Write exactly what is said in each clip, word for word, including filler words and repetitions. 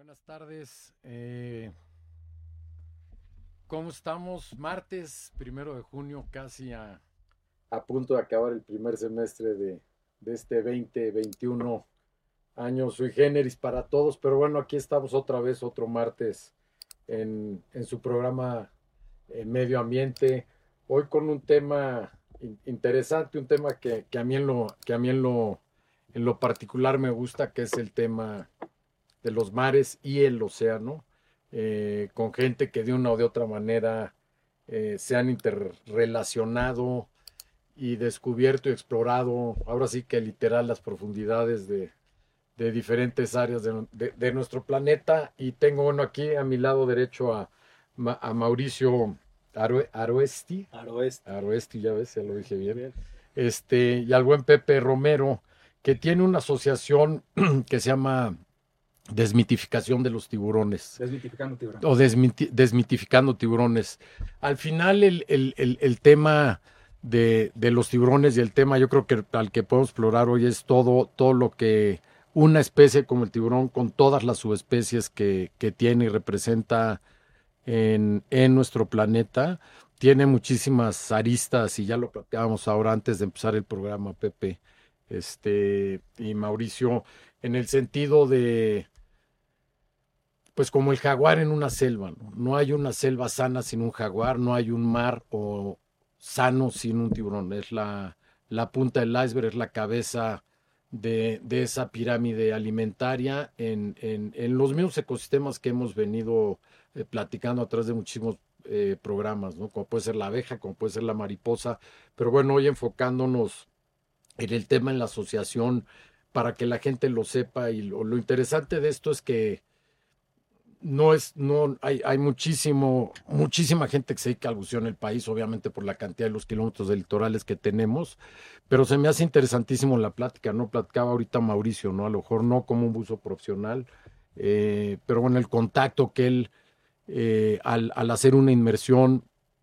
Buenas tardes. Eh, ¿Cómo estamos? Martes, primero de junio, casi a, a punto de acabar el primer semestre de, de este veinte veintiuno año sui generis para todos. Pero bueno, aquí estamos otra vez, otro martes en, en su programa eh, Medio Ambiente. Hoy con un tema in- interesante, un tema que, que a mí, en lo, que a mí en, lo, en lo particular me gusta, que es el tema de los mares y el océano, eh, con gente que de una o de otra manera eh, se han interrelacionado y descubierto y explorado, ahora sí que literal, las profundidades de, de diferentes áreas de, de, de, nuestro planeta. Y tengo, bueno, aquí a mi lado derecho a, a Mauricio Aroe, Aroesti. Aroesti. Aroesti, ya ves, ya lo dije bien. bien. Este, y al buen Pepe Romero, que tiene una asociación que se llama Desmitificación de los tiburones. Desmitificando tiburones. O desmiti desmitificando tiburones. Al final el, el, el, el tema de, de los tiburones y el tema yo creo que al que podemos explorar hoy es todo, todo lo que una especie como el tiburón, con todas las subespecies que, que tiene y representa en, en nuestro planeta, tiene muchísimas aristas, y ya lo platicábamos ahora antes de empezar el programa, Pepe este, y Mauricio, en el sentido de, pues como el jaguar en una selva, ¿no? No hay una selva sana sin un jaguar, no hay un mar o sano sin un tiburón. Es la, la punta del iceberg, es la cabeza de, de esa pirámide alimentaria en, en, en los mismos ecosistemas que hemos venido eh, platicando a través de muchísimos eh, programas, ¿no? Como puede ser la abeja, como puede ser la mariposa. Pero bueno, hoy enfocándonos en el tema en la asociación para que la gente lo sepa. Y lo, lo interesante de esto es que no es, no, hay, hay muchísimo, muchísima gente que se dedica al buceo en el país, obviamente por la cantidad de los kilómetros de litorales que tenemos, pero se me hace interesantísimo la plática, ¿no? Platicaba ahorita Mauricio, ¿no? A lo mejor no como un buzo profesional, eh, pero bueno, el contacto que él, eh, al, al hacer una inmersión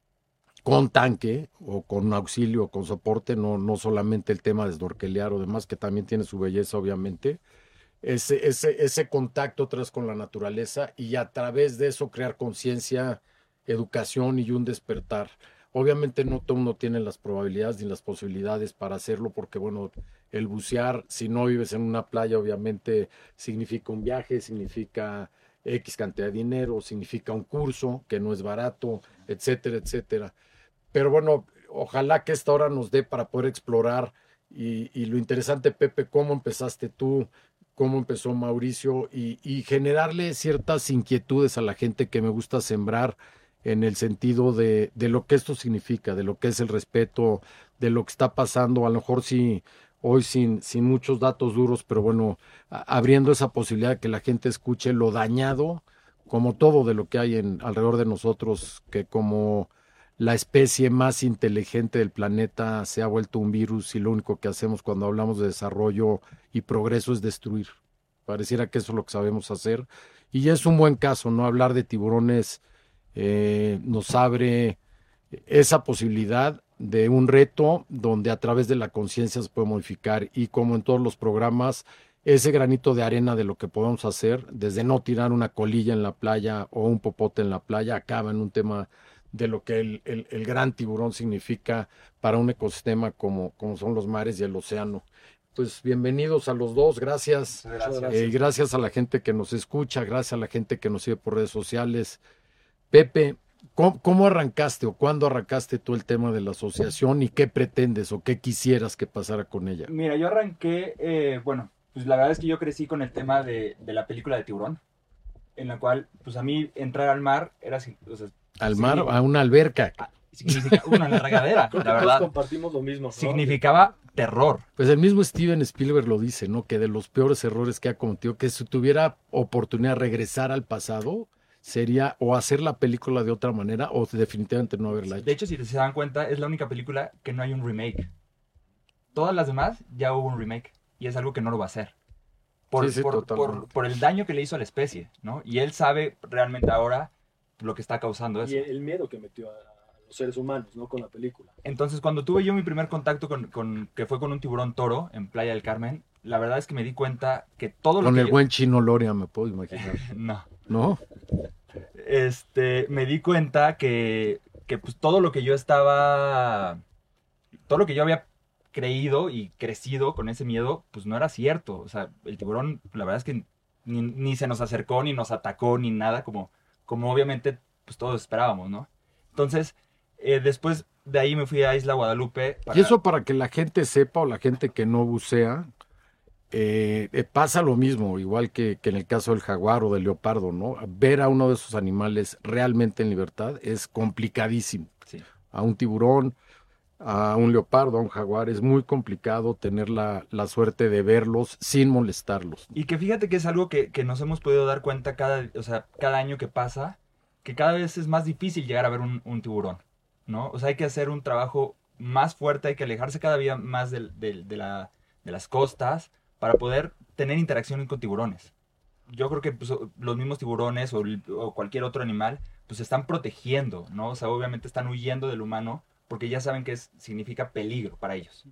con tanque o con auxilio o con soporte, no, no solamente el tema de snorkelear o demás, que también tiene su belleza, obviamente, ese, ese, ese contacto otra vez con la naturaleza, y a través de eso crear conciencia, educación y un despertar. Obviamente no todo uno tiene las probabilidades ni las posibilidades para hacerlo, porque bueno, el bucear, si no vives en una playa, obviamente significa un viaje, significa X cantidad de dinero, significa un curso que no es barato, etcétera, etcétera. Pero bueno, ojalá que esta hora nos dé para poder explorar. Y, y lo interesante, Pepe, cómo empezaste tú, cómo empezó Mauricio, y, y generarle ciertas inquietudes a la gente que me gusta sembrar, en el sentido de, de lo que esto significa, de lo que es el respeto, de lo que está pasando, a lo mejor sí, hoy sin, sin muchos datos duros, pero bueno, a, abriendo esa posibilidad de que la gente escuche lo dañado, como todo de lo que hay en, alrededor de nosotros, que como la especie más inteligente del planeta se ha vuelto un virus, y lo único que hacemos cuando hablamos de desarrollo y progreso es destruir. Pareciera que eso es lo que sabemos hacer. Y es un buen caso, ¿no? Hablar de tiburones eh, nos abre esa posibilidad de un reto donde a través de la conciencia se puede modificar, y como en todos los programas, ese granito de arena de lo que podemos hacer, desde no tirar una colilla en la playa o un popote en la playa, acaba en un tema de lo que el, el, el gran tiburón significa para un ecosistema como, como son los mares y el océano. Pues bienvenidos a los dos, gracias. Gracias. Eh, gracias a la gente que nos escucha, gracias a la gente que nos sigue por redes sociales. Pepe, ¿cómo, cómo arrancaste o cuándo arrancaste tú el tema de la asociación, y qué pretendes o qué quisieras que pasara con ella? Mira, yo arranqué, eh, bueno, pues la verdad es que yo crecí con el tema de, de la película de Tiburón, en la cual, pues a mí entrar al mar era, o sea, al mar, a una alberca. Significa una regadera, Creo que la todos verdad. compartimos lo mismo, ¿no? Significaba terror. Pues el mismo Steven Spielberg lo dice, ¿no? Que de los peores errores que ha cometido, que si tuviera oportunidad de regresar al pasado, sería o hacer la película de otra manera o definitivamente no haberla hecho. De hecho, si se dan cuenta, es la única película que no hay un remake. Todas las demás ya hubo un remake, y es algo que no lo va a hacer. Por, sí, sí, por, por, por el daño que le hizo a la especie, ¿no? Y él sabe realmente ahora lo que está causando eso. Y el miedo que metió a los seres humanos, ¿no? Con la película. Entonces, cuando tuve yo mi primer contacto con, con que fue con un tiburón toro en Playa del Carmen, la verdad es que me di cuenta que todo lo Con que el yo- buen Chino Loria, me puedo imaginar. No. ¿No? Este, me di cuenta que, que pues todo lo que yo estaba, todo lo que yo había creído y crecido con ese miedo, pues no era cierto. O sea, el tiburón, la verdad es que ni, ni se nos acercó, ni nos atacó, ni nada, como, como obviamente pues todos esperábamos, ¿no? Entonces, eh, después de ahí me fui a Isla Guadalupe. Para... Y eso para que la gente sepa o la gente que no bucea, eh, eh, pasa lo mismo, igual que, que en el caso del jaguar o del leopardo, ¿no? Ver a uno de esos animales realmente en libertad es complicadísimo. Sí. A un tiburón, a un leopardo, a un jaguar, es muy complicado tener la, la suerte de verlos sin molestarlos. Y que fíjate que es algo que, que nos hemos podido dar cuenta cada, o sea, cada año que pasa, que cada vez es más difícil llegar a ver un, un tiburón, ¿no? O sea, hay que hacer un trabajo más fuerte, hay que alejarse cada día más del- del- de, la, de las costas para poder tener interacción con tiburones. Yo creo que pues, los mismos tiburones o, el- o cualquier otro animal pues se están protegiendo, ¿no? O sea, obviamente están huyendo del humano porque ya saben que es, significa peligro para ellos.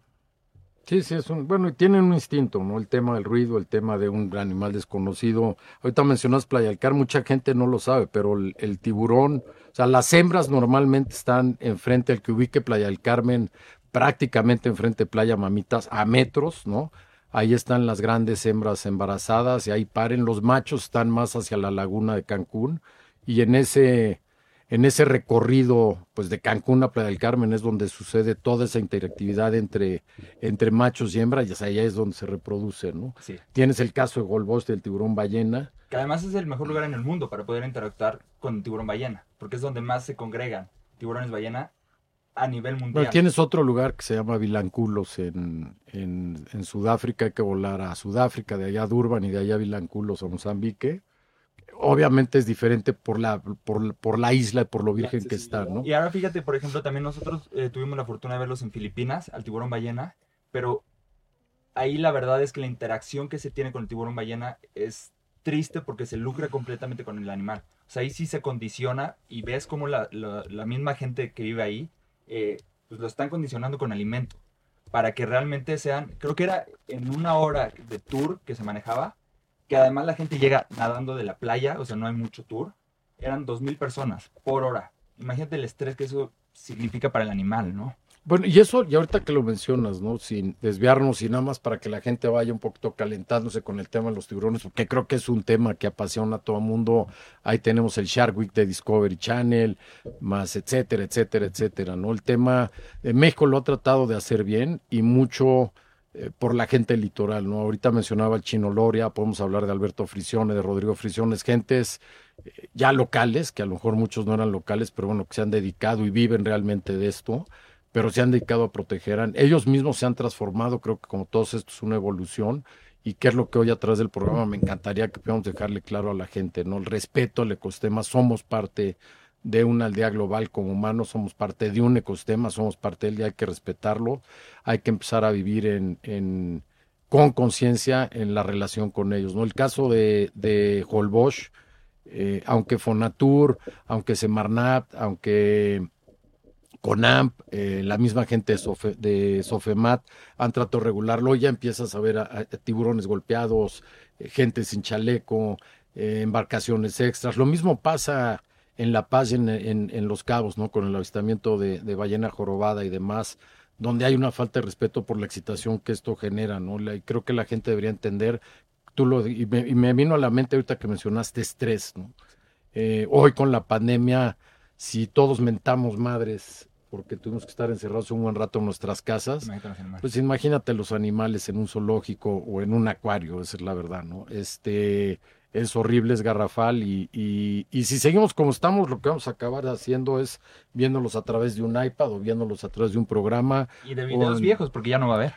Sí, sí, es un, bueno, y tienen un instinto, ¿no? El tema del ruido, el tema de un animal desconocido. Ahorita mencionas Playa del Carmen, mucha gente no lo sabe, pero el, el tiburón, o sea, las hembras normalmente están enfrente, al que ubique Playa del Carmen, prácticamente enfrente de Playa Mamitas, a metros, ¿no? Ahí están las grandes hembras embarazadas y ahí paren. Los machos están más hacia la laguna de Cancún y en ese, en ese recorrido, pues de Cancún a Playa del Carmen es donde sucede toda esa interactividad entre, entre machos y hembras y allá es donde se reproduce, ¿no? Sí. Tienes el caso de Golbost del tiburón ballena. Que además es el mejor lugar en el mundo para poder interactuar con tiburón ballena, porque es donde más se congregan tiburones ballena a nivel mundial. Bueno, tienes otro lugar que se llama Vilanculos en, en, en Sudáfrica, hay que volar a Sudáfrica, de allá a Durban y de allá a Vilanculos a Mozambique. Obviamente es diferente por la, por, por la isla y por lo virgen que está, ¿no? Y ahora fíjate, por ejemplo, también nosotros eh, tuvimos la fortuna de verlos en Filipinas, al tiburón ballena, pero ahí la verdad es que la interacción que se tiene con el tiburón ballena es triste porque se lucra completamente con el animal. O sea, ahí sí se condiciona y ves como la, la, la misma gente que vive ahí, eh, pues lo están condicionando con alimento para que realmente sean, creo que era en una hora de tour que se manejaba, que además la gente llega nadando de la playa, o sea, no hay mucho tour, eran dos mil personas por hora. Imagínate el estrés que eso significa para el animal, ¿no? Bueno, y eso, y ahorita que lo mencionas, ¿no? Sin desviarnos y nada más para que la gente vaya un poquito calentándose con el tema de los tiburones, porque creo que es un tema que apasiona a todo el mundo. Ahí tenemos el Shark Week de Discovery Channel, más etcétera, etcétera, etcétera, ¿no? El tema de México lo ha tratado de hacer bien y mucho eh, por la gente del litoral, ¿no? Ahorita mencionaba el Chino Loria, podemos hablar de Alberto Frisione, de Rodrigo Frisiones, gentes eh, ya locales, que a lo mejor muchos no eran locales, pero bueno, que se han dedicado y viven realmente de esto, pero se han dedicado a proteger. A, ellos mismos se han transformado, creo que como todos esto es una evolución, y que es lo que hoy a través del programa me encantaría que podamos dejarle claro a la gente, ¿no? El respeto al ecosistema, somos parte de una aldea global como humanos, somos parte de un ecosistema, somos parte de él y hay que respetarlo, hay que empezar a vivir en, en con conciencia en la relación con ellos, ¿no? El caso de, de Holbox, eh, aunque Fonatur, aunque Semarnat, aunque CONAMP, eh, la misma gente de, Sofe, de Sofemat han tratado de regularlo, ya empiezas a ver a, a tiburones golpeados, eh, gente sin chaleco, eh, embarcaciones extras. Lo mismo pasa en La Paz y en, en, en Los Cabos, ¿no? Con el avistamiento de, de ballena jorobada y demás, donde hay una falta de respeto por la excitación que esto genera, ¿no? La, y creo que la gente debería entender, tú lo, y me, y me vino a la mente ahorita que mencionaste estrés, ¿no? Eh, hoy con la pandemia, si todos mentamos madres porque tuvimos que estar encerrados un buen rato en nuestras casas, pues imagínate los animales en un zoológico o en un acuario, esa es la verdad, ¿no? Este, es horrible, es garrafal y, y, y si seguimos como estamos, lo que vamos a acabar haciendo es viéndolos a través de un iPad o viéndolos a través de un programa. Y de videos en, viejos, porque ya no va a haber.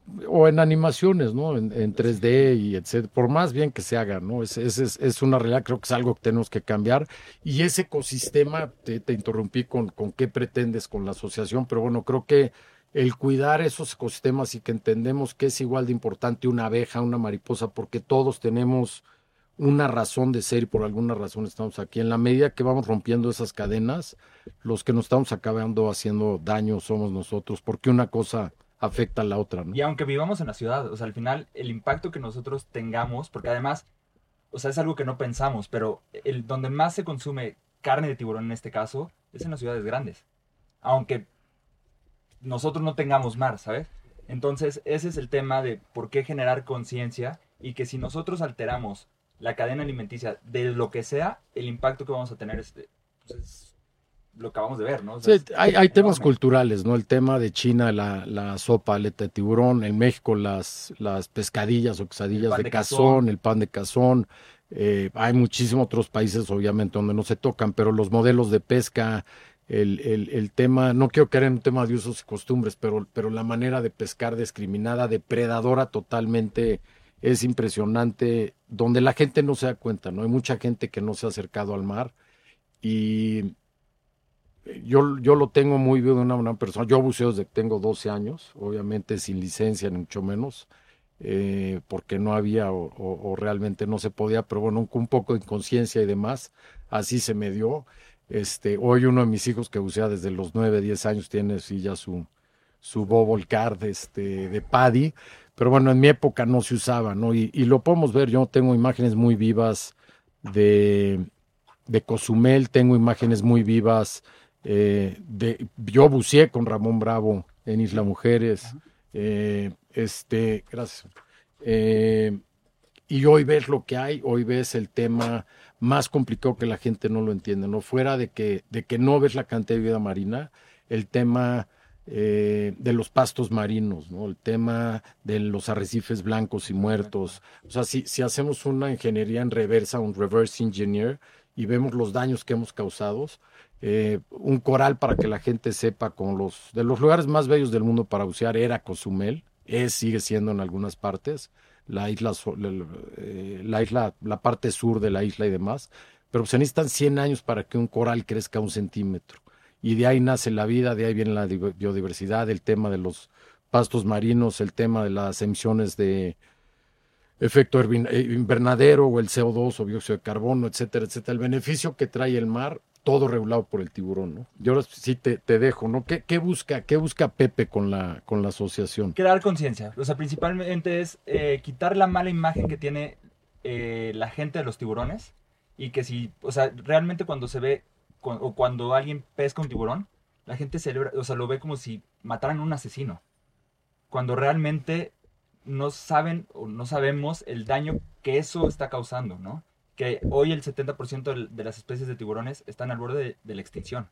O en animaciones, ¿no? En, en tres D y etcétera. Por más bien que se haga, ¿no? Es, es, es, es una realidad, creo que es algo que tenemos que cambiar. Y ese ecosistema, te, te interrumpí con, con qué pretendes con la asociación, pero bueno, creo que el cuidar esos ecosistemas y que entendemos que es igual de importante una abeja, una mariposa, porque todos tenemos una razón de ser y por alguna razón estamos aquí. En la medida que vamos rompiendo esas cadenas, los que nos estamos acabando haciendo daño somos nosotros, porque una cosa afecta a la otra, ¿no? Y aunque vivamos en la ciudad, o sea, al final el impacto que nosotros tengamos, porque además, o sea, es algo que no pensamos, pero el donde más se consume carne de tiburón en este caso es en las ciudades grandes. Aunque nosotros no tengamos mar, ¿sabes? Entonces, ese es el tema de por qué generar conciencia y que si nosotros alteramos la cadena alimenticia de lo que sea, el impacto que vamos a tener es, pues es lo que acabamos de ver, ¿no? O sea, Sí, hay, hay temas enorme. culturales, ¿no? El tema de China, la, la sopa aleta de tiburón, en México las, las pescadillas o quesadillas pan de, de cazón, cazón. el pan de cazón. Eh, hay muchísimos otros países, obviamente, donde no se tocan, pero los modelos de pesca, el, el, el tema, no quiero caer en un tema de usos y costumbres, pero, pero la manera de pescar discriminada, depredadora totalmente, es impresionante, donde la gente no se da cuenta, ¿no? Hay mucha gente que no se ha acercado al mar y yo, yo lo tengo muy bien de una, una persona. Yo buceo desde que tengo doce años, obviamente sin licencia, ni mucho menos, eh, porque no había o, o, o realmente no se podía, pero bueno, con un poco de inconsciencia y demás, así se me dio. Este, hoy uno de mis hijos que bucea desde los nueve, diez años tiene sí ya su, su bubble card este, de PADI, pero bueno, en mi época no se usaba, ¿no? Y, y lo podemos ver, yo tengo imágenes muy vivas de, de Cozumel, tengo imágenes muy vivas eh, de, yo buceé con Ramón Bravo en Isla Mujeres, eh, este, gracias. Eh, y hoy ves lo que hay, hoy ves el tema más complicado que la gente no lo entiende, ¿no? Fuera de que, de que no ves la cantidad de vida marina, el tema eh, de los pastos marinos, ¿no? El tema de los arrecifes blancos y muertos. O sea, si, si hacemos una ingeniería en reversa, un reverse engineer, y vemos los daños que hemos causado, eh, un coral para que la gente sepa, con los de los lugares más bellos del mundo para bucear era Cozumel, es, sigue siendo en algunas partes, la isla, la, eh, la isla, la parte sur de la isla y demás, pero se necesitan cien años para que un coral crezca un centímetro. Y de ahí nace la vida, de ahí viene la biodiversidad, el tema de los pastos marinos, el tema de las emisiones de efecto invernadero o el C O dos o dióxido de carbono, etcétera, etcétera. El beneficio que trae el mar, todo regulado por el tiburón, ¿no? Y ahora sí te, te dejo, ¿no? ¿Qué, qué busca, qué busca Pepe con la, con la asociación? Crear conciencia. O sea, principalmente es eh, quitar la mala imagen que tiene eh, la gente de los tiburones y que si, o sea, realmente cuando se ve cu o cuando alguien pesca un tiburón, la gente celebra, o sea, lo ve como si mataran a un asesino. Cuando realmente no saben o no sabemos el daño que eso está causando, ¿no? Que hoy el setenta por ciento de las especies de tiburones están al borde de, de la extinción.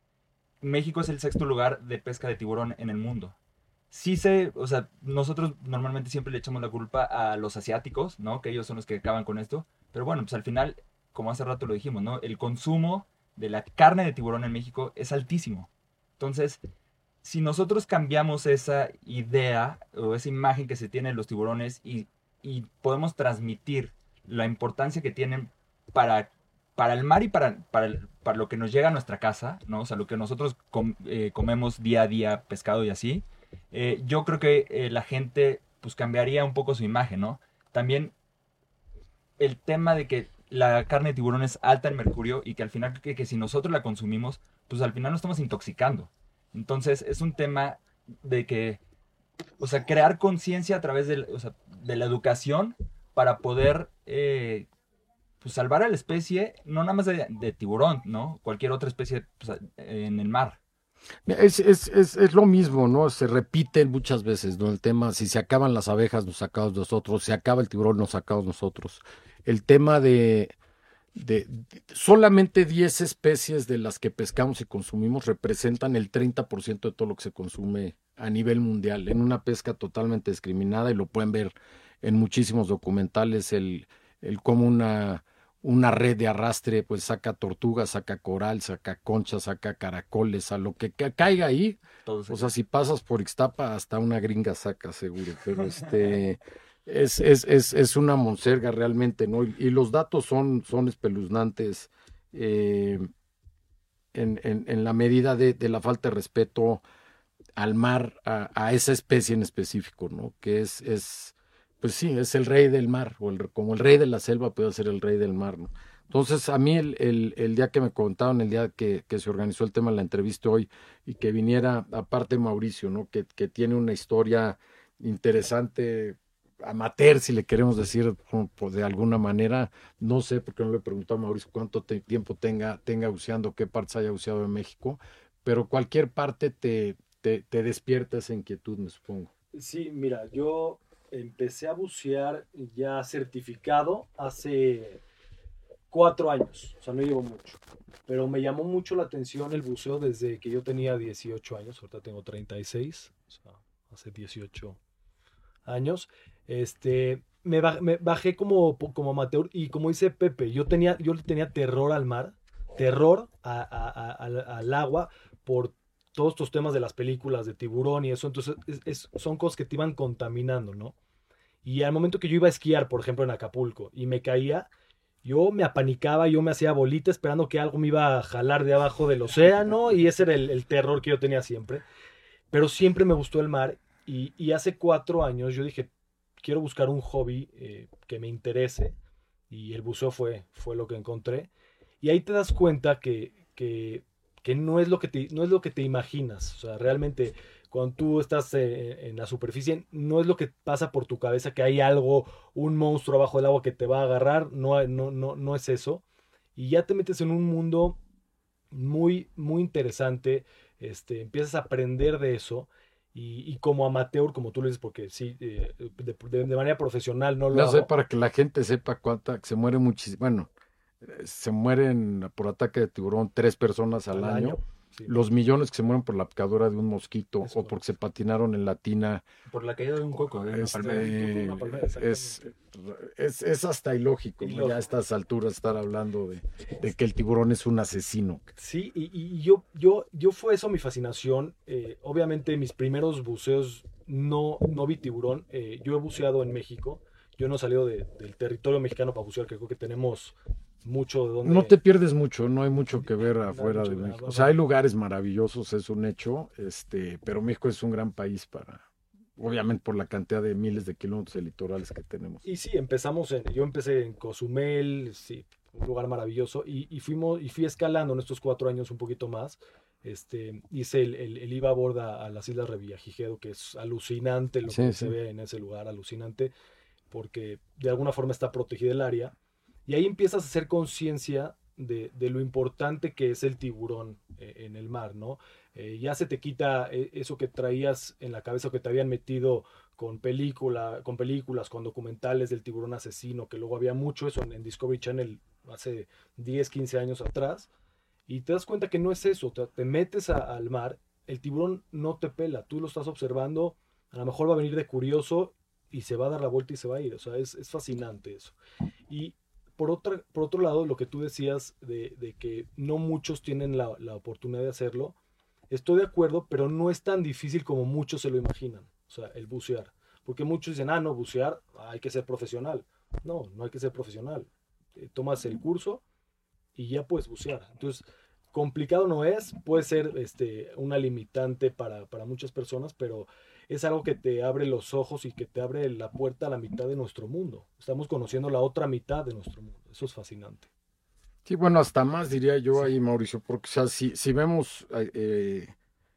México es el sexto lugar de pesca de tiburón en el mundo. Sí sé, o sea, nosotros normalmente siempre le echamos la culpa a los asiáticos, ¿no? Que ellos son los que acaban con esto. Pero bueno, pues al final, como hace rato lo dijimos, ¿no? El consumo de la carne de tiburón en México es altísimo. Entonces, si nosotros cambiamos esa idea o esa imagen que se tiene de los tiburones y, y podemos transmitir la importancia que tienen para, para el mar y para, para, el, para lo que nos llega a nuestra casa, ¿no? O sea, lo que nosotros com, eh, comemos día a día, pescado y así, eh, yo creo que eh, la gente pues cambiaría un poco su imagen, ¿no? También el tema de que la carne de tiburón es alta en mercurio y que al final que, que si nosotros la consumimos, pues al final nos estamos intoxicando. Entonces es un tema de que, o sea, crear conciencia a través de, o sea, de la educación para poder eh, pues salvar a la especie, no nada más de, de tiburón, ¿no? Cualquier otra especie pues, en el mar. Es, es, es, es lo mismo, ¿no? Se repite muchas veces, ¿no? El tema, si se acaban las abejas, nos sacamos nosotros, si acaba el tiburón, nos sacamos nosotros. El tema de, de, de solamente diez especies de las que pescamos y consumimos representan el treinta por ciento de todo lo que se consume a nivel mundial, en una pesca totalmente discriminada, y lo pueden ver en muchísimos documentales, el, el cómo una... una red de arrastre, pues saca tortugas, saca coral, saca conchas, saca caracoles, a lo que ca caiga ahí. Todos O sea, si pasas por Ixtapa, hasta una gringa saca seguro, pero este es, es, es, es una monserga realmente, ¿no? Y, y los datos son, son espeluznantes eh, en, en, en la medida de, de la falta de respeto al mar, a, a esa especie en específico, ¿no? Que es, es pues sí, es el rey del mar, o el, como el rey de la selva puede ser el rey del mar, ¿no? Entonces, a mí el, el, el día que me contaron, el día que, que se organizó el tema de la entrevista hoy, y que viniera, aparte Mauricio, ¿no? Que, que tiene una historia interesante, amateur, si le queremos decir por- por de alguna manera, no sé, porque no le preguntó a Mauricio cuánto te- tiempo tenga, tenga buceando, qué partes haya buceado en México, pero cualquier parte te, te, te despierta esa inquietud, me supongo. Sí, mira, yo empecé a bucear ya certificado hace cuatro años, o sea, no llevo mucho, pero me llamó mucho la atención el buceo desde que yo tenía dieciocho años, ahorita tengo treinta y seis, o sea, hace dieciocho años, este, me, ba- me bajé como, como amateur y como dice Pepe, yo tenía, yo le tenía terror al mar, terror a- a- a- al, al agua por todos estos temas de las películas de tiburón y eso, entonces es- es- son cosas que te iban contaminando, ¿no? Y al momento que yo iba a esquiar, por ejemplo, en Acapulco, y me caía, yo me apanicaba, yo me hacía bolita esperando que algo me iba a jalar de abajo del océano y ese era el, el terror que yo tenía siempre. Pero siempre me gustó el mar y, y hace cuatro años yo dije, quiero buscar un hobby eh, que me interese y el buceo fue, fue lo que encontré. Y ahí te das cuenta que, que, que no, es lo que te, no es lo que te imaginas. O sea, realmente cuando tú estás eh, en la superficie, no es lo que pasa por tu cabeza, que hay algo, un monstruo abajo del agua que te va a agarrar. No, no, no, no es eso. Y ya te metes en un mundo muy, muy interesante. Este, empiezas a aprender de eso. Y, y como amateur, como tú lo dices, porque sí, eh, de, de- de manera profesional no lo No sé, hago para que la gente sepa cuánta, se muere muchísimo, bueno, eh, se mueren por ataque de tiburón tres personas al al año, año. Sí, los millones que se mueren por la picadura de un mosquito es o porque se correcto. patinaron en la tina. Por la caída de un coco, de una palmera. Este, Una palmera, es, exactamente. es, es hasta ilógico, ¿no? Ya a Ilógico. estas alturas estar hablando de, de que el tiburón es un asesino. Sí, y, y yo, yo, yo fue eso mi fascinación. Eh, obviamente mis primeros buceos no, no vi tiburón. Eh, yo he buceado en México. Yo no he salido de- del territorio mexicano para bucear, que creo que tenemos mucho de No te donde... pierdes mucho, no hay mucho que ver No hay afuera mucho, de ah, México. O sea, hay bueno. lugares maravillosos, es un hecho, este, pero México es un gran país para, obviamente por la cantidad de miles de kilómetros de litorales que tenemos. Y sí, empezamos en, yo empecé en Cozumel, sí, un lugar maravilloso, y, y fuimos, y fui escalando en estos cuatro años un poquito más. Este, hice el, el, el iba a borda a las Islas Revillagigedo, que es alucinante lo Sí, que se sí. ve en ese lugar, alucinante, porque de alguna forma está protegida el área. Y ahí empiezas a hacer conciencia de, de lo importante que es el tiburón eh, en el mar, ¿no? Eh, ya se te quita eh, eso que traías en la cabeza, que te habían metido con, película, con películas, con documentales del tiburón asesino, que luego había mucho eso en, en Discovery Channel hace diez quince años atrás, y te das cuenta que no es eso, te, te metes a- al mar, el tiburón no te pela, tú lo estás observando, a lo mejor va a venir de curioso y se va a dar la vuelta y se va a ir, o sea, es, es fascinante eso. Y por, otra, por otro lado, lo que tú decías de, de que no muchos tienen la, la oportunidad de hacerlo, estoy de acuerdo, pero no es tan difícil como muchos se lo imaginan, o sea, el bucear. Porque muchos dicen, ah, no, bucear, ah, hay que ser profesional. No, no hay que ser profesional. Eh, tomas el curso y ya puedes bucear. Entonces, complicado no es, puede ser este, una limitante para, para muchas personas, pero es algo que te abre los ojos y que te abre la puerta a la mitad de nuestro mundo. Estamos conociendo la otra mitad de nuestro mundo. Eso es fascinante. Sí, bueno, hasta más diría yo Sí, ahí, Mauricio, porque o sea, si, si vemos eh, eh,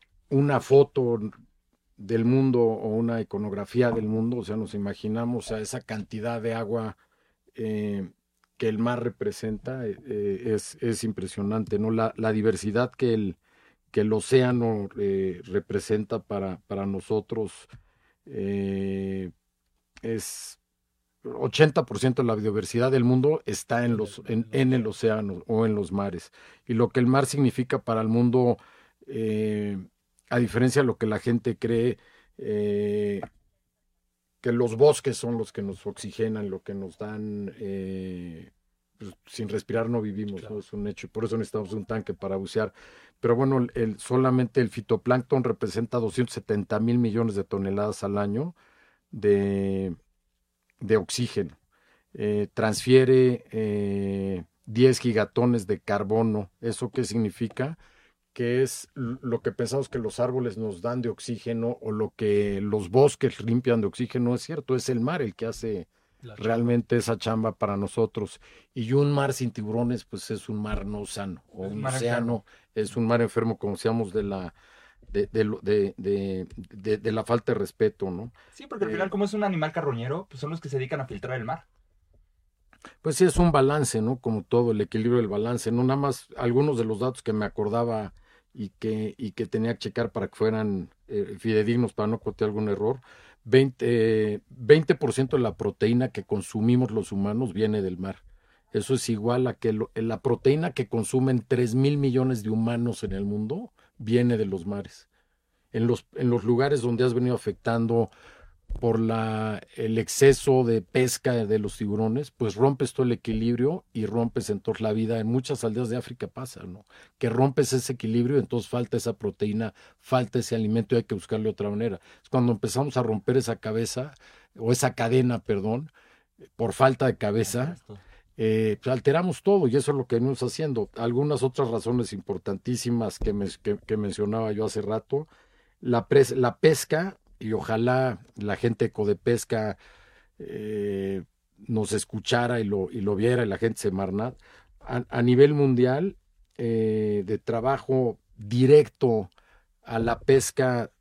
una foto del mundo o una iconografía del mundo, o sea, nos imaginamos a esa cantidad de agua eh, que el mar representa, eh, eh, es, es impresionante, ¿no? La, la diversidad que el, que el océano eh, representa para, para nosotros eh, es ochenta por ciento de la biodiversidad del mundo está en en el, los, en, en el en el océano. océano o en los mares. Y lo que el mar significa para el mundo, eh, a diferencia de lo que la gente cree, eh, que los bosques son los que nos oxigenan, lo que nos dan, eh, pues, sin respirar no vivimos, ¿no? Claro. Es un hecho, y por eso necesitamos un tanque para bucear. Pero bueno, el, el- solamente el fitoplancton representa doscientos setenta mil millones de toneladas al año de, de oxígeno. Eh, transfiere eh, diez gigatones de carbono. ¿Eso qué significa? Que es lo que pensamos que los árboles nos dan de oxígeno o lo que los bosques limpian de oxígeno, es cierto, es el mar el que hace La realmente esa chamba para nosotros. Y un mar sin tiburones, pues es un mar no sano, o Es un un mar océano, es un mar enfermo, como decíamos, de la, de, de, lo- de, de, de- de la falta de respeto, ¿no? Sí, porque al Eh, final, como es un animal carroñero, pues son los que se dedican a filtrar el mar. Pues sí, es un balance, ¿no? Como todo, el equilibrio del balance, ¿no? Nada más algunos de los datos que me acordaba y que, y que tenía que checar para que fueran eh, fidedignos, para no cometer algún error. veinte, eh, veinte por ciento de la proteína que consumimos los humanos viene del mar. Eso es igual a que lo- la proteína que consumen tres mil millones de humanos en el mundo viene de los mares. En los, en los lugares donde has venido afectando por la, el exceso de pesca de los tiburones, pues rompes todo el equilibrio y rompes entonces la vida. En muchas aldeas de África pasa, ¿no? Que rompes ese equilibrio, entonces falta esa proteína, falta ese alimento y hay que buscarle de otra manera. Es cuando empezamos a romper esa cabeza, o esa cadena, perdón, por falta de cabeza, eh, pues alteramos todo y eso es lo que venimos haciendo. Algunas otras razones importantísimas que, me, que, que mencionaba yo hace rato, la, pres, la pesca, y ojalá la gente de Codepesca eh, nos escuchara y lo, y lo viera y la gente de Semarnat, a, a nivel mundial, eh, de trabajo directo a la pesca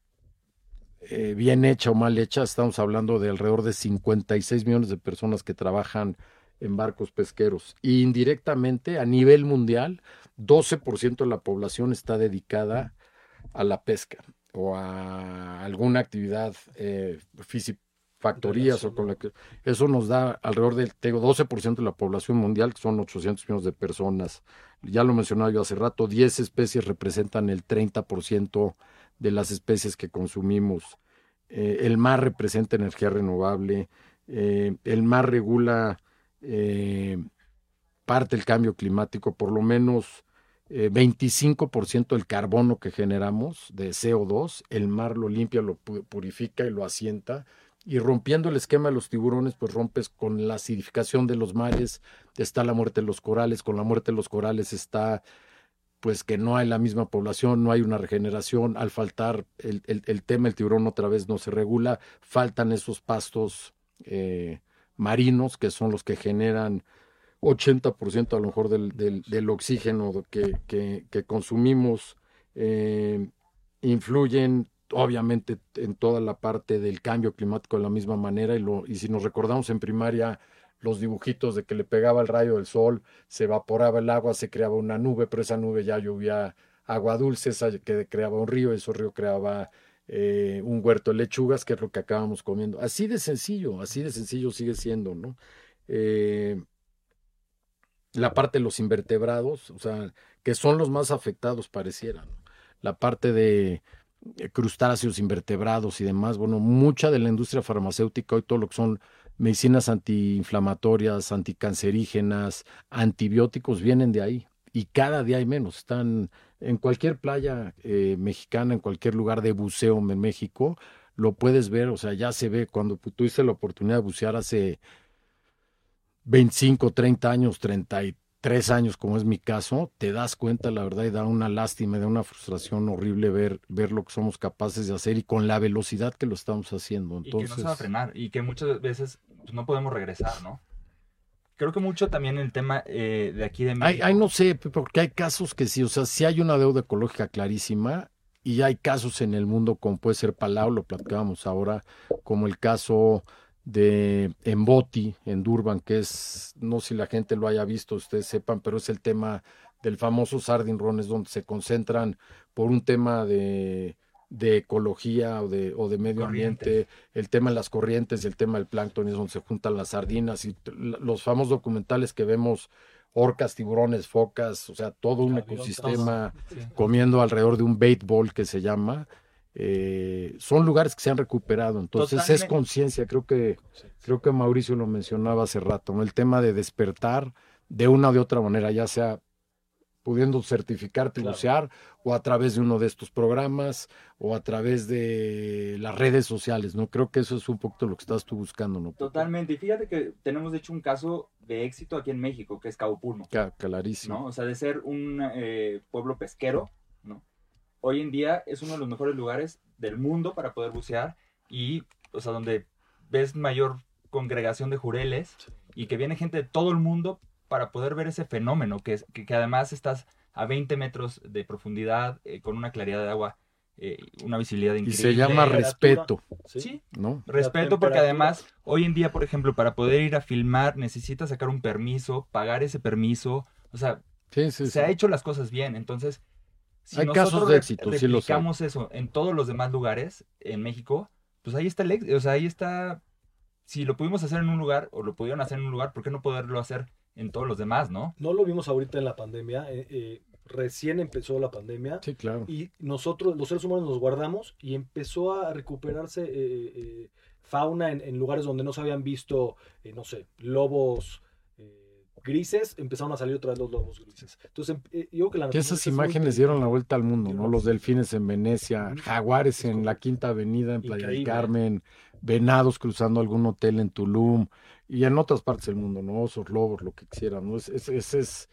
eh, bien hecha o mal hecha, estamos hablando de alrededor de cincuenta y seis millones de personas que trabajan en barcos pesqueros. Y indirectamente, a nivel mundial, doce por ciento de la población está dedicada a la pesca o a alguna actividad eh, física, factorías o con la que eso nos da alrededor del tengo, doce por ciento de la población mundial, que son ochocientos millones de personas. Ya lo mencionaba yo hace rato, diez especies representan el treinta por ciento de las especies que consumimos. Eh, el mar representa energía renovable, eh, el mar regula eh, parte del cambio climático, por lo menos eh, veinticinco por ciento del carbono que generamos de C O dos, el mar lo limpia, lo purifica y lo asienta. Y rompiendo el esquema de los tiburones, pues rompes con la acidificación de los mares, está la muerte de los corales, con la muerte de los corales está pues que no hay la misma población, no hay una regeneración, al faltar el, el, el tema, el tiburón otra vez no se regula, faltan esos pastos eh, marinos que son los que generan ochenta por ciento a lo mejor del, del, del oxígeno que, que, que consumimos, eh, influyen obviamente en toda la parte del cambio climático de la misma manera y, lo, y si nos recordamos en primaria los dibujitos de que le pegaba el rayo del sol, se evaporaba el agua, se creaba una nube, pero esa nube ya llovía agua dulce, esa que creaba un río, ese río creaba eh, un huerto de lechugas, que es lo que acabamos comiendo. Así de sencillo, así de sencillo sigue siendo, ¿no? Eh, la parte de los invertebrados, o sea, que son los más afectados pareciera, ¿no? La parte de eh, crustáceos, invertebrados y demás, bueno, mucha de la industria farmacéutica hoy todo lo que son medicinas antiinflamatorias, anticancerígenas, antibióticos vienen de ahí y cada día hay menos. Están en cualquier playa eh, mexicana, en cualquier lugar de buceo en México, lo puedes ver, o sea, ya se ve cuando tuviste la oportunidad de bucear hace veinticinco, treinta años, treinta y tres años, como es mi caso, te das cuenta, la verdad, y da una lástima, da una frustración horrible ver, ver lo que somos capaces de hacer y con la velocidad que lo estamos haciendo. Entonces, y que no se va a frenar y que muchas veces pues, no podemos regresar, ¿no? Creo que mucho también el tema eh, de aquí de México. Hay, hay, no sé, porque hay casos que sí, o sea, sí hay una deuda ecológica clarísima y hay casos en el mundo como puede ser Palau, lo platicábamos ahora, como el caso de Emboti en Durban, que es, no sé si la gente lo haya visto, ustedes sepan, pero es el tema del famoso Sardine Run, es donde se concentran por un tema de, de ecología o de, o de medio Corrientes. ambiente, el tema de las corrientes y el tema del plancton, es donde se juntan las sardinas y los famosos documentales que vemos, orcas, tiburones, focas, o sea, todo un Gaviotas. ecosistema Sí. comiendo alrededor de un bait ball que se llama. Eh, son lugares que se han recuperado, entonces Totalmente. es conciencia, creo que creo que Mauricio lo mencionaba hace rato, ¿no? El tema de despertar de una o de otra manera, ya sea pudiendo certificarte y Claro. bucear, o a través de uno de estos programas, o a través de las redes sociales, ¿no? Creo que eso es un poquito lo que estás tú buscando, ¿no? Totalmente. Y fíjate que tenemos de hecho un caso de éxito aquí en México, que es Cabo Pulmo, Ca- Clarísimo. ¿no? O sea, de ser un eh, pueblo pesquero, ¿no? Hoy en día es uno de los mejores lugares del mundo para poder bucear y, o sea, donde ves mayor congregación de jureles y que viene gente de todo el mundo para poder ver ese fenómeno, que, es, que, que además estás a veinte metros de profundidad, eh, con una claridad de agua, eh, una visibilidad Y increíble. se llama respeto, Sí. Sí, ¿no? respeto, porque temperatura. además hoy en día, por ejemplo, para poder ir a filmar necesitas sacar un permiso, pagar ese permiso, o sea, Sí, sí, se sí. ha hecho las cosas bien. Entonces, si Hay nosotros casos de re- éxito, sí los hay. replicamos eso en todos los demás lugares en México, pues ahí está el éxito, o sea, ahí está. Si lo pudimos hacer en un lugar, o lo pudieron hacer en un lugar, ¿por qué no poderlo hacer en todos los demás, no? No lo vimos ahorita en la pandemia. eh, eh, recién empezó la pandemia. Sí, claro. Y nosotros, los seres humanos, nos guardamos y empezó a recuperarse eh, eh, fauna en, en lugares donde no se habían visto, eh, no sé, lobos eh, grises. Empezaron a salir otra vez los lobos grises. Entonces, em- eh, yo creo que la Que naturaleza esas es muy imágenes dieron la inteligente. vuelta al mundo, ¿no? Los delfines en Venecia, jaguares Es en la correcto. Quinta Avenida en Playa del Increíble. Carmen, venados cruzando algún hotel en Tulum y en otras partes del mundo, ¿no? Osos, lobos, lo que quieran, ¿no? Es, es, es, es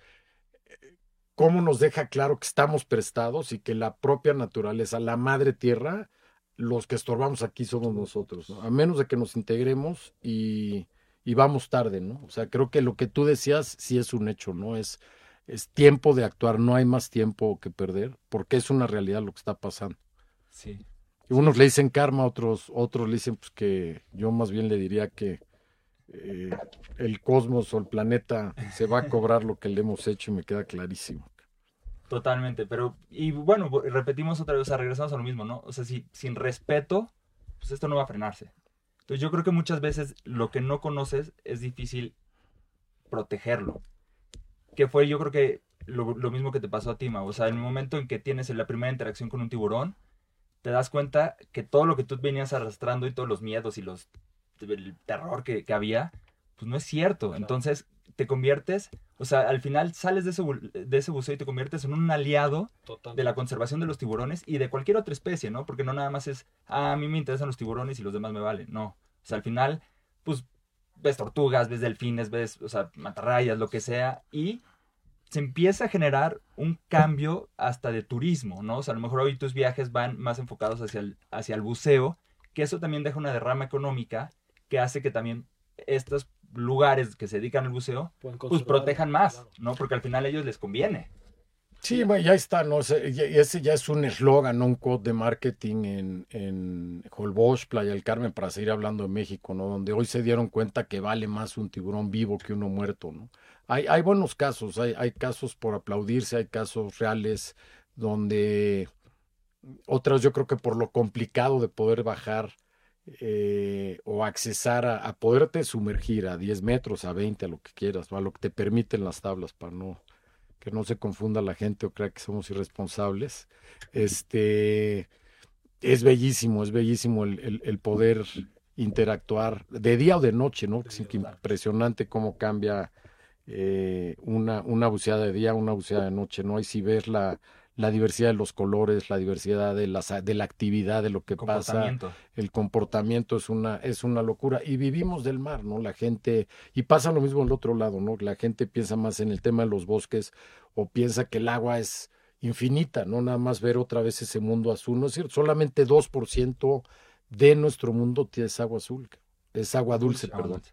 cómo nos deja claro que estamos prestados y que la propia naturaleza, la madre tierra, los que estorbamos aquí somos nosotros, ¿no? A menos de que nos integremos y, y vamos tarde, ¿no? O sea, creo que lo que tú decías sí es un hecho, ¿no? Es, es tiempo de actuar, no hay más tiempo que perder, porque es una realidad lo que está pasando. Sí. Y unos le dicen karma, otros, otros le dicen pues que yo más bien le diría que eh, el cosmos o el planeta se va a cobrar lo que le hemos hecho y me queda clarísimo. Totalmente, pero, y bueno, vo- repetimos otra vez, o sea, regresamos a lo mismo, ¿no? O sea, si, sin respeto, pues esto no va a frenarse. Entonces yo creo que muchas veces lo que no conoces es difícil protegerlo. Que fue, yo creo que lo, lo mismo que te pasó a ti, Mau. O sea, en el momento en que tienes la primera interacción con un tiburón, te das cuenta que todo lo que tú venías arrastrando y todos los miedos y los el terror que, que había, pues no es cierto. Claro. Entonces te conviertes, o sea, al final sales de ese, bu- de ese buceo y te conviertes en un aliado Total. de la conservación de los tiburones y de cualquier otra especie, ¿no? Porque no nada más es, ah, a mí me interesan los tiburones y los demás me valen. No. O sea, al final, pues ves tortugas, ves delfines, ves, o sea, mantarrayas, lo que sea, y se empieza a generar un cambio hasta de turismo, ¿no? O sea, a lo mejor hoy tus viajes van más enfocados hacia el, hacia el buceo, que eso también deja una derrama económica que hace que también estos lugares que se dedican al buceo, Pueden pues conservar, protejan más, claro. ¿no? Porque al final a ellos les conviene. Sí, bueno, ya está, ¿no? Ese ya, ese ya es un eslogan, ¿no? Un quote de marketing en, en Holbox, Playa del Carmen, para seguir hablando de México, ¿no? Donde hoy se dieron cuenta que vale más un tiburón vivo que uno muerto, ¿no? Hay, hay buenos casos, hay, hay casos por aplaudirse, hay casos reales donde otras yo creo que por lo complicado de poder bajar eh, o accesar a, a poderte sumergir a diez metros, a veinte, a lo que quieras, ¿no? A lo que te permiten las tablas para no que no se confunda la gente o crea que somos irresponsables. Este es bellísimo, es bellísimo el, el, el poder interactuar de día o de noche, ¿no? Es impresionante cómo cambia eh, una, una buceada de día, una buceada de noche, ¿no? Y si ves la, la diversidad de los colores, la diversidad de, las, de la actividad, de lo que pasa, Comportamiento. el comportamiento es una, es una locura. Y vivimos del mar, ¿no? La gente, y pasa lo mismo del otro lado, ¿no? La gente piensa más en el tema de los bosques o piensa que el agua es infinita, ¿no? Nada más ver otra vez ese mundo azul, ¿no es cierto? Solamente dos por ciento de nuestro mundo es agua azul, es agua dulce, Agua perdón. dulce.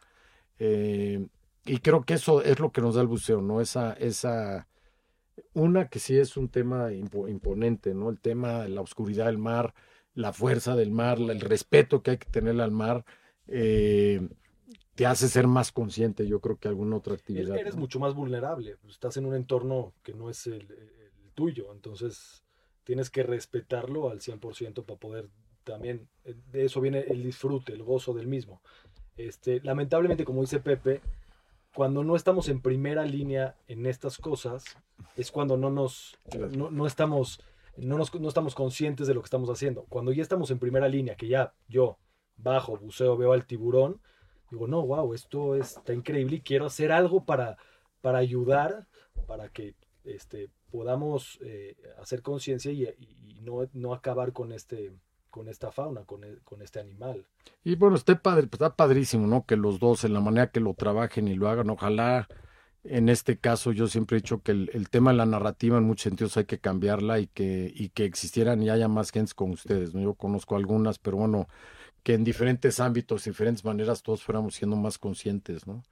Eh, y creo que eso es lo que nos da el buceo, ¿no? Esa, esa, una que sí es un tema impo- imponente, ¿no? El tema de la oscuridad del mar, la fuerza del mar, la- el respeto que hay que tenerle al mar, eh, te hace ser más consciente, yo creo, que alguna otra actividad. Eres ¿no? mucho más vulnerable. Estás en un entorno que no es el, el tuyo. Entonces tienes que respetarlo al cien por ciento para poder también. De eso viene el disfrute, el gozo del mismo. Este, lamentablemente, como dice Pepe, cuando no estamos en primera línea en estas cosas, es cuando no nos no, no estamos no, nos, no estamos conscientes de lo que estamos haciendo. Cuando ya estamos en primera línea, que ya yo bajo, buceo, veo al tiburón, digo, no, wow, esto está increíble y quiero hacer algo para, para ayudar, para que este, podamos eh, hacer conciencia y, y, y no, no acabar con este con esta fauna, con, el, con este animal. Y bueno, está, padre, está padrísimo, ¿no? Que los dos, en la manera que lo trabajen y lo hagan, ojalá, en este caso, yo siempre he dicho que el, el tema de la narrativa en muchos sentidos hay que cambiarla y que, y que existieran y haya más gentes como ustedes, ¿no? Yo conozco algunas, pero bueno, que en diferentes ámbitos, diferentes maneras, todos fuéramos siendo más conscientes, ¿no?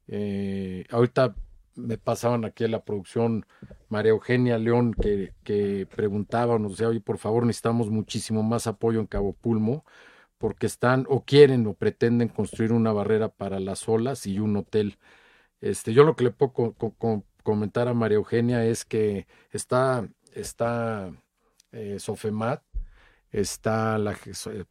Eh, ahorita me pasaban aquí a la producción María Eugenia León que, que preguntaba, nos decía, oye, por favor, necesitamos muchísimo más apoyo en Cabo Pulmo, porque están o quieren o pretenden construir una barrera para las olas y un hotel. Este, yo lo que le puedo co co co comentar a María Eugenia es que está, está eh, Sofemat, está la,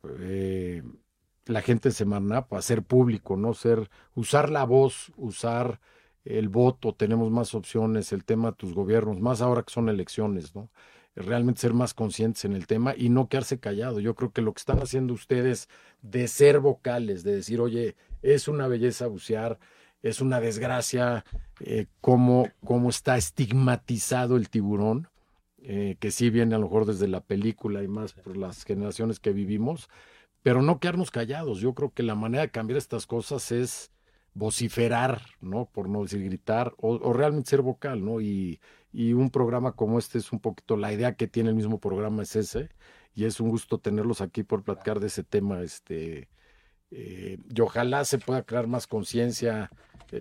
eh, la gente de Semarnap, hacer público, ¿no? Ser, usar la voz, usar el voto, tenemos más opciones, el tema de tus gobiernos, más ahora que son elecciones, ¿no? Realmente ser más conscientes en el tema y no quedarse callado. Yo creo que lo que están haciendo ustedes de ser vocales, de decir, oye, es una belleza bucear, es una desgracia eh, cómo, cómo está estigmatizado el tiburón, eh, que sí viene a lo mejor desde la película y más por las generaciones que vivimos, pero no quedarnos callados. Yo creo que la manera de cambiar estas cosas es vociferar, ¿no? Por no decir gritar, o, o realmente ser vocal, ¿no? Y, y un programa como este es un poquito, la idea que tiene el mismo programa es ese, y es un gusto tenerlos aquí por platicar de ese tema, este, eh, y ojalá se pueda crear más conciencia eh,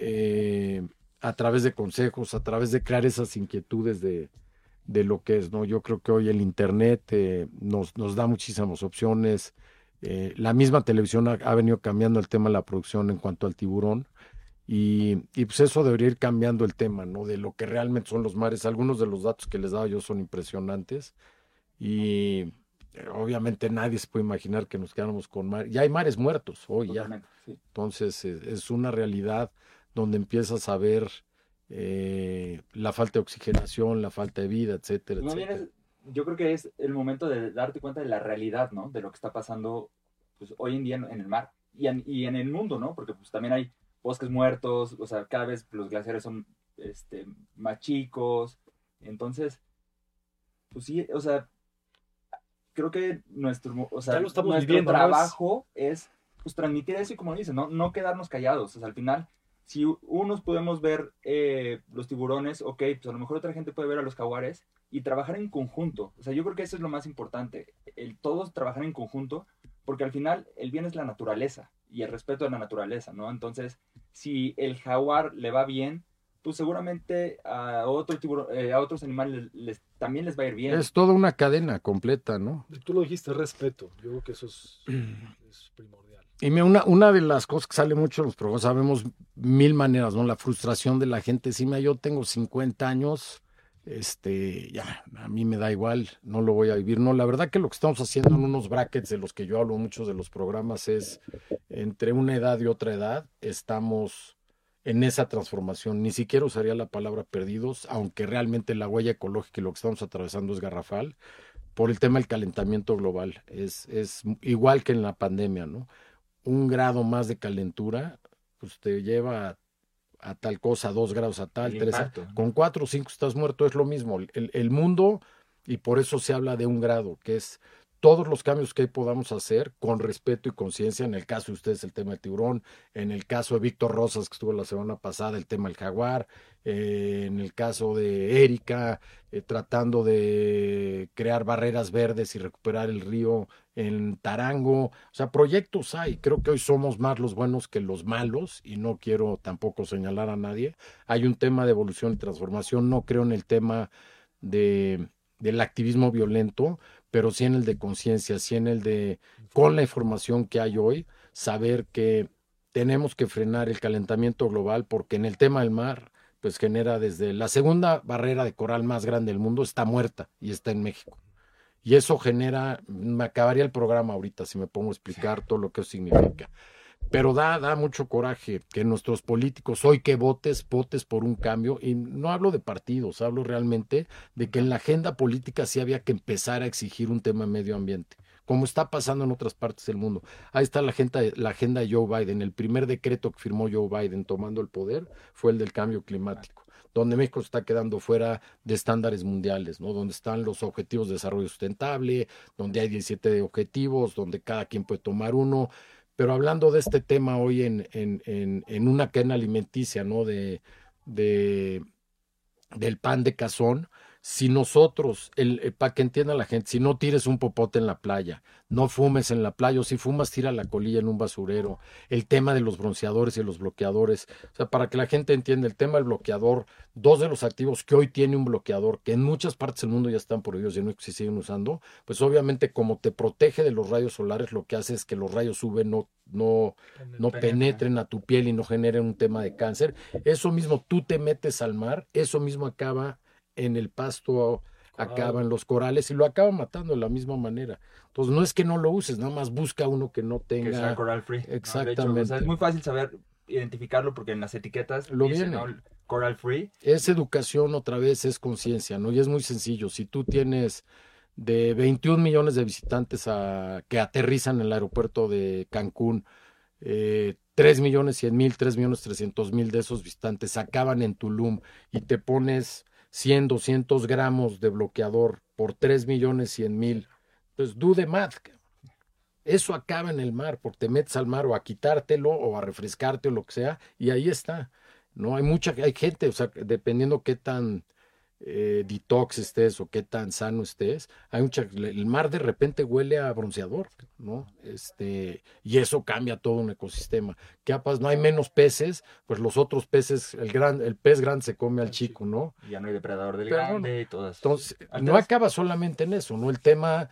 eh, a través de consejos, a través de crear esas inquietudes de, de lo que es, ¿no? Yo creo que hoy el internet eh, nos, nos da muchísimas opciones. Eh, la misma televisión ha, ha venido cambiando el tema de la producción en cuanto al tiburón y, y pues eso debería ir cambiando el tema, ¿no? De lo que realmente son los mares. Algunos de los datos que les daba yo son impresionantes y eh, obviamente nadie se puede imaginar que nos quedáramos con mar. Ya hay mares muertos hoy. Totalmente, ya. Sí. Entonces eh, es una realidad donde empiezas a ver eh, la falta de oxigenación, la falta de vida, etcétera, no etcétera. Vienes, yo creo que es el momento de darte cuenta de la realidad, ¿no? De lo que está pasando pues, hoy en día en, en el mar y en, y en el mundo, ¿no? Porque pues también hay bosques muertos, o sea, cada vez los glaciares son este, más chicos. Entonces, pues sí, o sea, creo que nuestro, o sea, nuestro viviendo, trabajo ¿no? es, es pues, transmitir eso y como dices, ¿no? No quedarnos callados. O sea, al final, si unos podemos ver eh, los tiburones, ok, pues a lo mejor otra gente puede ver a los jaguares y trabajar en conjunto. O sea, yo creo que eso es lo más importante, el todos trabajar en conjunto, porque al final el bien es la naturaleza y el respeto a la naturaleza, ¿no? Entonces, si el jaguar le va bien, pues seguramente a, otro tiburón, eh, a otros animales les, también les va a ir bien. Es toda una cadena completa, ¿no? Tú lo dijiste, respeto. Yo creo que eso es, es primordial. Y me, una, una de las cosas que sale mucho en los programas, sabemos mil maneras, ¿no? La frustración de la gente. Sí, yo tengo cincuenta años, este, ya, a mí me da igual, no lo voy a vivir. No, la verdad que lo que estamos haciendo en unos brackets de los que yo hablo muchos de los programas es entre una edad y otra edad, estamos en esa transformación. Ni siquiera usaría la palabra perdidos, aunque realmente la huella ecológica y lo que estamos atravesando es garrafal, por el tema del calentamiento global. Es, es igual que en la pandemia, ¿no? Un grado más de calentura, pues te lleva a, a tal cosa, dos grados a tal, tres, impacto, ¿no? Con cuatro o cinco estás muerto, es lo mismo. El, el mundo, y por eso se habla de un grado, que es todos los cambios que podamos hacer con respeto y conciencia. En el caso de ustedes, el tema del tiburón, en el caso de Víctor Rosas, que estuvo la semana pasada, el tema del jaguar, eh, en el caso de Erika, eh, tratando de crear barreras verdes y recuperar el río en Tarango. O sea, proyectos hay. Creo que hoy somos más los buenos que los malos y no quiero tampoco señalar a nadie. Hay un tema de evolución y transformación. No creo en el tema de, del activismo violento, pero sí en el de conciencia, sí en el de, con la información que hay hoy, saber que tenemos que frenar el calentamiento global, porque en el tema del mar, pues genera desde la segunda barrera de coral más grande del mundo, está muerta y está en México. Y eso genera, me acabaría el programa ahorita si me pongo a explicar todo lo que eso significa. Pero da, da mucho coraje que nuestros políticos, hoy que votes, votes por un cambio, y no hablo de partidos, hablo realmente de que en la agenda política sí había que empezar a exigir un tema de medio ambiente, como está pasando en otras partes del mundo. Ahí está la agenda, la agenda de Joe Biden. El primer decreto que firmó Joe Biden tomando el poder fue el del cambio climático, donde México está quedando fuera de estándares mundiales, ¿no? Donde están los objetivos de desarrollo sustentable, donde hay diecisiete objetivos, donde cada quien puede tomar uno. Pero hablando de este tema hoy en, en, en, en una cadena alimenticia, ¿no? De, de, del pan de cazón, Si nosotros, el, el, para que entienda la gente, si no tires un popote en la playa, no fumes en la playa, o si fumas, tira la colilla en un basurero, el tema de los bronceadores y los bloqueadores, o sea, para que la gente entienda, el tema del bloqueador, dos de los activos que hoy tiene un bloqueador, que en muchas partes del mundo ya están prohibidos y no se siguen usando, pues obviamente como te protege de los rayos solares, lo que hace es que los rayos U V no, no, no penetren a tu piel y no generen un tema de cáncer. Eso mismo, tú te metes al mar, eso mismo acaba en el pasto, Coral. acaba en los corales y lo acaba matando de la misma manera. Entonces no es que no lo uses, nada más busca uno que no tenga... Que sea coral free. Exactamente. No, de hecho, o sea, es muy fácil saber identificarlo porque en las etiquetas lo dice, viene. ¿no? Coral free. Es educación otra vez, es conciencia, ¿no? Y es muy sencillo. Si tú tienes de veintiún millones de visitantes a, que aterrizan en el aeropuerto de Cancún, eh, tres millones cien mil, tres millones trescientos mil de esos visitantes acaban en Tulum y te pones cien, doscientos gramos de bloqueador por tres millones cien mil, pues do the math. Eso acaba en el mar, porque te metes al mar o a quitártelo o a refrescarte o lo que sea, y ahí está. No hay mucha, hay gente, o sea, dependiendo qué tan eh, detox estés o qué tan sano estés, hay mucha, el mar de repente huele a bronceador, ¿no? Este, y eso cambia todo un ecosistema. ¿Qué pasa? No hay menos peces, pues los otros peces, el gran, el pez grande se come al chico, ¿no? Ya no hay depredador del Pero grande bueno, y todo eso. Entonces, Antes- no acaba solamente en eso, ¿no? El tema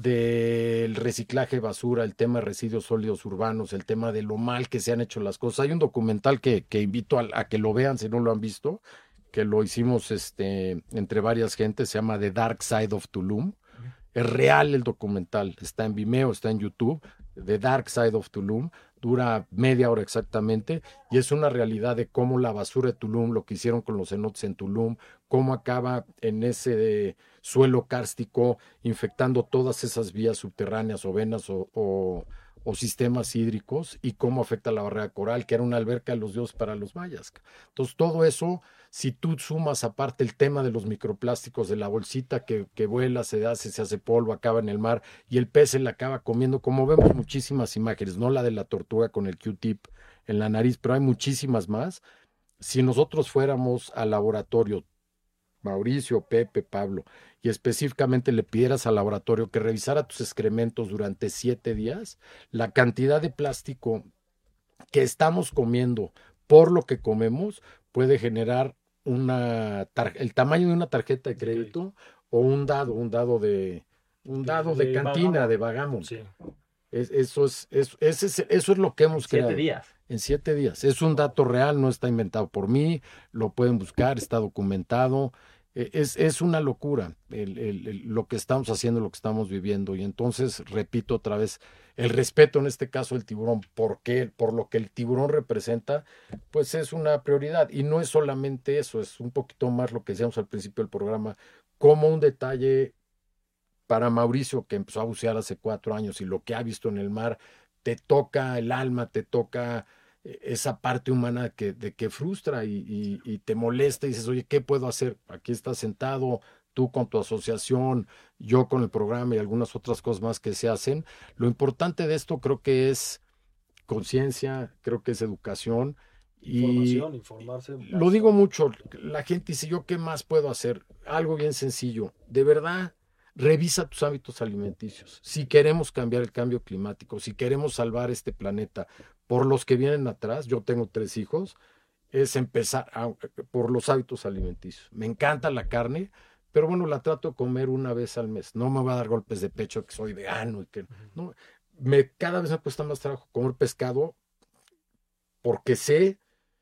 del reciclaje de basura, el tema de residuos sólidos urbanos, el tema de lo mal que se han hecho las cosas. Hay un documental que, que invito a, a que lo vean si no lo han visto, que lo hicimos este, entre varias gentes, se llama The Dark Side of Tulum. Es real el documental, está en Vimeo, está en YouTube, The Dark Side of Tulum, dura media hora exactamente, y es una realidad de cómo la basura de Tulum, lo que hicieron con los cenotes en Tulum, cómo acaba en ese suelo kárstico, infectando todas esas vías subterráneas o venas o, o, o sistemas hídricos, y cómo afecta la barrera coral, que era una alberca de los dioses para los mayas. Entonces, todo eso, si tú sumas aparte el tema de los microplásticos, de la bolsita que, que vuela, se hace, se hace polvo, acaba en el mar, y el pez se la acaba comiendo, como vemos muchísimas imágenes, no la de la tortuga con el Q-tip en la nariz, pero hay muchísimas más. Si nosotros fuéramos al laboratorio, Mauricio, Pepe, Pablo, y específicamente le pidieras al laboratorio que revisara tus excrementos durante siete días, la cantidad de plástico que estamos comiendo por lo que comemos puede generar una tar- el tamaño de una tarjeta de crédito okay. o un dado, un dado de un dado de, de cantina, de Vagamon. Sí. Es, eso, es, es, es, es, eso es lo que hemos siete creado. días. En siete días. Es un dato real, no está inventado por mí, lo pueden buscar, está documentado. Es, es una locura el, el, el, lo que estamos haciendo, lo que estamos viviendo. Y entonces, repito otra vez, el respeto en este caso del tiburón, ¿por qué? Por lo que el tiburón representa, pues es una prioridad. Y no es solamente eso, es un poquito más lo que decíamos al principio del programa, como un detalle para Mauricio, que empezó a bucear hace cuatro años y lo que ha visto en el mar, te toca el alma, te toca esa parte humana que, de que frustra y, y, y te molesta y dices, oye, ¿qué puedo hacer? Aquí estás sentado, tú con tu asociación, yo con el programa y algunas otras cosas más que se hacen. Lo importante de esto creo que es conciencia, creo que es educación. Información, y informarse. Lo digo mucho, la gente dice, ¿yo qué más puedo hacer? Algo bien sencillo, de verdad. Revisa tus hábitos alimenticios. Si queremos cambiar el cambio climático, si queremos salvar este planeta por los que vienen atrás, yo tengo tres hijos, es empezar a, por los hábitos alimenticios. Me encanta la carne, pero bueno, la trato de comer una vez al mes. No me va a dar golpes de pecho que soy vegano y que no. Me, cada vez me cuesta más trabajo comer pescado porque sé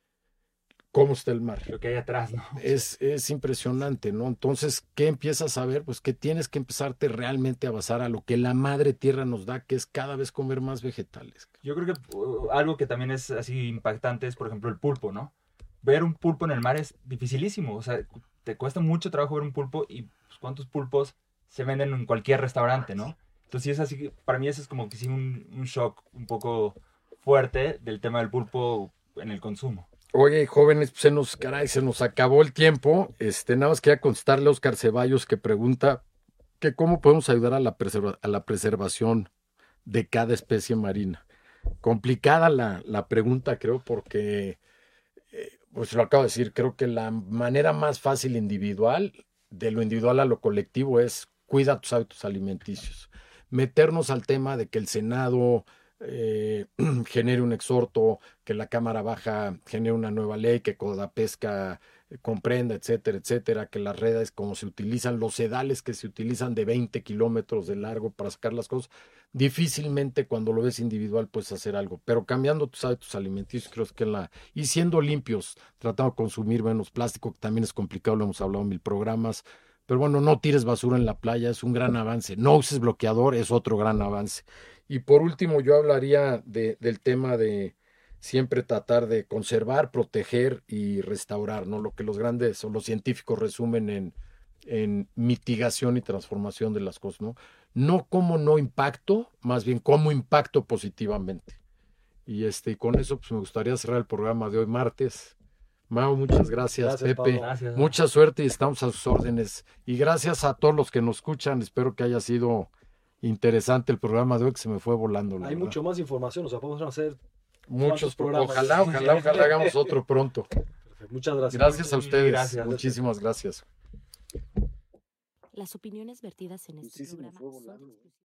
cómo está el mar. Lo que hay atrás, ¿no? Es, es impresionante, ¿no? Entonces, ¿qué empiezas a ver? Pues que tienes que empezarte realmente a basar a lo que la madre tierra nos da, que es cada vez comer más vegetales. Yo creo que uh, algo que también es así impactante es, por ejemplo, el pulpo, ¿no? Ver un pulpo en el mar es dificilísimo, o sea, te cuesta mucho trabajo ver un pulpo y pues, ¿cuántos pulpos se venden en cualquier restaurante, ¿no? Entonces, sí es así, para mí eso es como que sí un, un shock un poco fuerte del tema del pulpo en el consumo. Oye, jóvenes, pues se nos, caray, se nos acabó el tiempo. Este, nada más quería contestarle a Oscar Ceballos que pregunta que cómo podemos ayudar a la, preserva, a la preservación de cada especie marina. Complicada la, la pregunta, creo, porque, eh, pues lo acabo de decir, creo que la manera más fácil individual de lo individual a lo colectivo es cuida tus hábitos alimenticios. Meternos al tema de que el Senado eh, genere un exhorto, que la Cámara Baja genere una nueva ley, que Codapesca eh, comprenda, etcétera, etcétera, que las redes como se utilizan, los sedales que se utilizan de veinte kilómetros de largo para sacar las cosas, difícilmente cuando lo ves individual puedes hacer algo, pero cambiando tus hábitos alimenticios, creo que en la, y siendo limpios, tratando de consumir menos plástico, que también es complicado, lo hemos hablado en mil programas. Pero bueno, no tires basura en la playa, es un gran avance. No uses bloqueador, es otro gran avance. Y por último, yo hablaría de, del tema de siempre tratar de conservar, proteger y restaurar, ¿no? Lo que los grandes o los científicos resumen en, en mitigación y transformación de las cosas, ¿no? No como no impacto, más bien como impacto positivamente. Y este, y con eso pues, me gustaría cerrar el programa de hoy martes. Mau, muchas gracias, Gracias, Pepe. Gracias. Mucha suerte y estamos a sus órdenes. Y gracias a todos los que nos escuchan. Espero que haya sido interesante el programa de hoy, que se me fue volando. la Hay verdad. mucho más información, o sea, podemos hacer Muchos ¿cuántos programas? Ojalá, ojalá, ojalá hagamos otro pronto. Perfecto. Muchas gracias. Gracias a ustedes. Gracias. Muchísimas gracias. Las opiniones vertidas en este Sí, se me programa fue son volando. exclusivas.